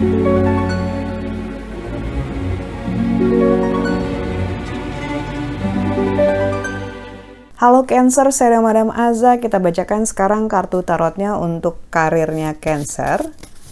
Halo Cancer, saya Madam Aza. Kita bacakan sekarang kartu tarotnya untuk karirnya Cancer.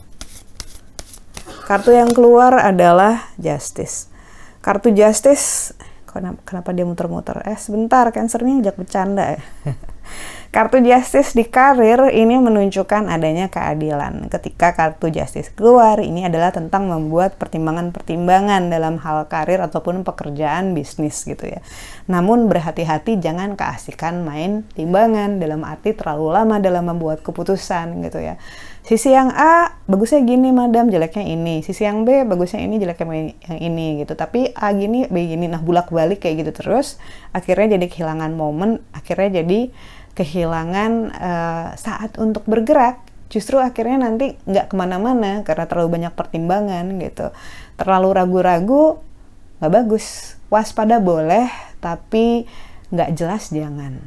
Kartu yang keluar adalah Justice. Kartu Justice, kenapa dia muter-muter? Sebentar, Cancer nih ajak bercanda ya. Kartu Justice di karir ini menunjukkan adanya keadilan. Ketika kartu Justice keluar, ini adalah tentang membuat pertimbangan-pertimbangan dalam hal karir ataupun pekerjaan bisnis gitu ya. Namun berhati-hati, jangan keasikan main timbangan dalam arti terlalu lama dalam membuat keputusan gitu ya. Sisi yang A bagusnya gini madam, jeleknya ini. Sisi yang B bagusnya ini, jeleknya yang ini gitu. Tapi A gini, B gini. Nah bulak-balik kayak gitu terus. Akhirnya jadi kehilangan momen. Akhirnya jadi kehilangan saat untuk bergerak. Justru akhirnya nanti nggak kemana-mana karena terlalu banyak pertimbangan gitu. Terlalu ragu-ragu nggak bagus. Waspada boleh, tapi nggak jelas jangan.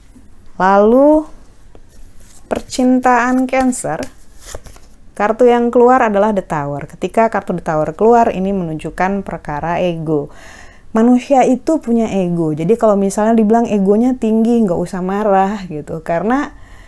Lalu percintaan Cancer. Kartu yang keluar adalah The Tower. Ketika kartu The Tower keluar, ini menunjukkan perkara ego. Manusia itu punya ego. Jadi kalau misalnya dibilang egonya tinggi, nggak usah marah gitu. Karena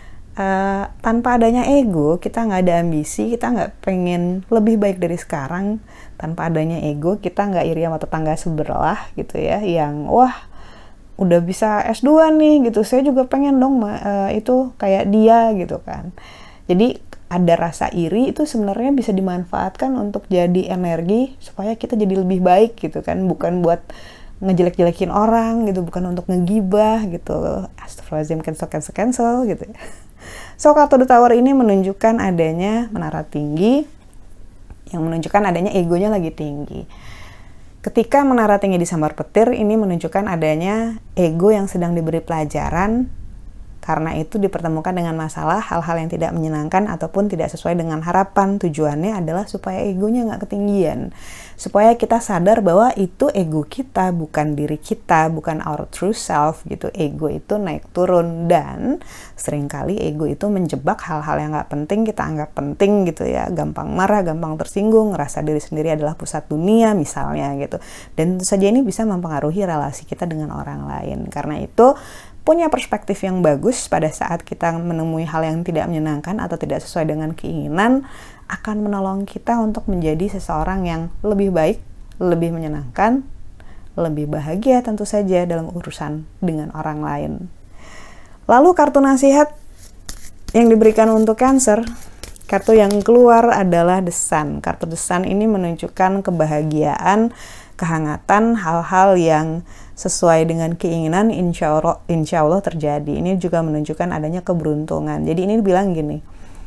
tanpa adanya ego, kita nggak ada ambisi, kita nggak pengen lebih baik dari sekarang. Tanpa adanya ego, kita nggak iri sama tetangga sebelah gitu ya. Yang wah udah bisa S2 nih gitu. Saya juga pengen dong itu kayak dia gitu kan. Jadi ada rasa iri itu sebenarnya bisa dimanfaatkan untuk jadi energi supaya kita jadi lebih baik gitu kan, bukan buat ngejelek-jelekin orang gitu, bukan untuk ngegibah gitu. Astagfirullahaladzim, cancel gitu ya. So kartu The Tower ini menunjukkan adanya menara tinggi yang menunjukkan adanya egonya lagi tinggi. Ketika menara tinggi disambar petir, ini menunjukkan adanya ego yang sedang diberi pelajaran. Karena itu dipertemukan dengan masalah, hal-hal yang tidak menyenangkan ataupun tidak sesuai dengan harapan. Tujuannya adalah supaya egonya nggak ketinggian. Supaya kita sadar bahwa itu ego kita, bukan diri kita, bukan our true self gitu. Ego itu naik turun dan seringkali ego itu menjebak hal-hal yang nggak penting kita anggap penting gitu ya. Gampang marah, gampang tersinggung, ngerasa diri sendiri adalah pusat dunia misalnya gitu. Dan tentu saja ini bisa mempengaruhi relasi kita dengan orang lain. Karena itu punya perspektif yang bagus pada saat kita menemui hal yang tidak menyenangkan atau tidak sesuai dengan keinginan akan menolong kita untuk menjadi seseorang yang lebih baik, lebih menyenangkan, lebih bahagia tentu saja dalam urusan dengan orang lain. Lalu kartu nasihat yang diberikan untuk Cancer, kartu yang keluar adalah The Sun. Kartu The Sun ini menunjukkan kebahagiaan, kehangatan, hal-hal yang sesuai dengan keinginan insya Allah terjadi. Ini juga menunjukkan adanya keberuntungan. Jadi ini bilang gini,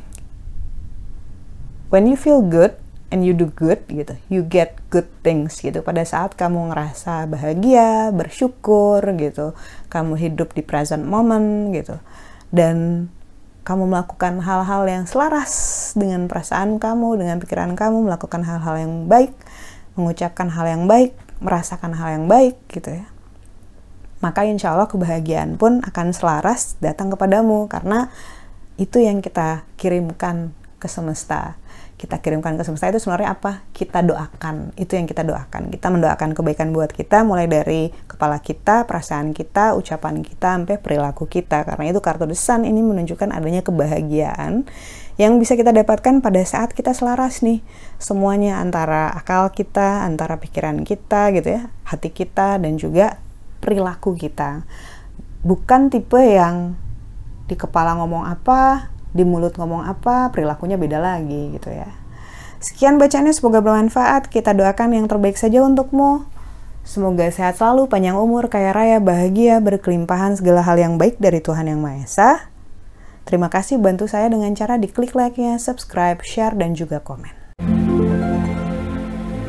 when you feel good and you do good gitu, you get good things gitu. Pada saat kamu ngerasa bahagia, bersyukur gitu, kamu hidup di present moment gitu, dan kamu melakukan hal-hal yang selaras dengan perasaan kamu, dengan pikiran kamu, melakukan hal-hal yang baik, mengucapkan hal yang baik, merasakan hal yang baik gitu ya, maka insya Allah kebahagiaan pun akan selaras datang kepadamu, karena itu yang kita kirimkan ke semesta. Kita kirimkan ke semesta itu sebenarnya apa? Kita doakan, itu yang kita doakan. Kita mendoakan kebaikan buat kita, mulai dari kepala kita, perasaan kita, ucapan kita, sampai perilaku kita. Karena itu kartu The Sun ini menunjukkan adanya kebahagiaan yang bisa kita dapatkan pada saat kita selaras nih. Semuanya antara akal kita, antara pikiran kita gitu ya, hati kita, dan juga perilaku kita. Bukan tipe yang di kepala ngomong apa, di mulut ngomong apa, perilakunya beda lagi gitu ya. Sekian bacaannya, semoga bermanfaat. Kita doakan yang terbaik saja untukmu. Semoga sehat selalu, panjang umur, kaya raya, bahagia, berkelimpahan segala hal yang baik dari Tuhan Yang Maha Esa. Terima kasih bantu saya dengan cara diklik like-nya, subscribe, share, dan juga komen.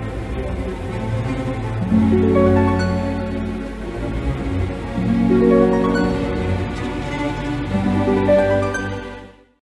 Thank you.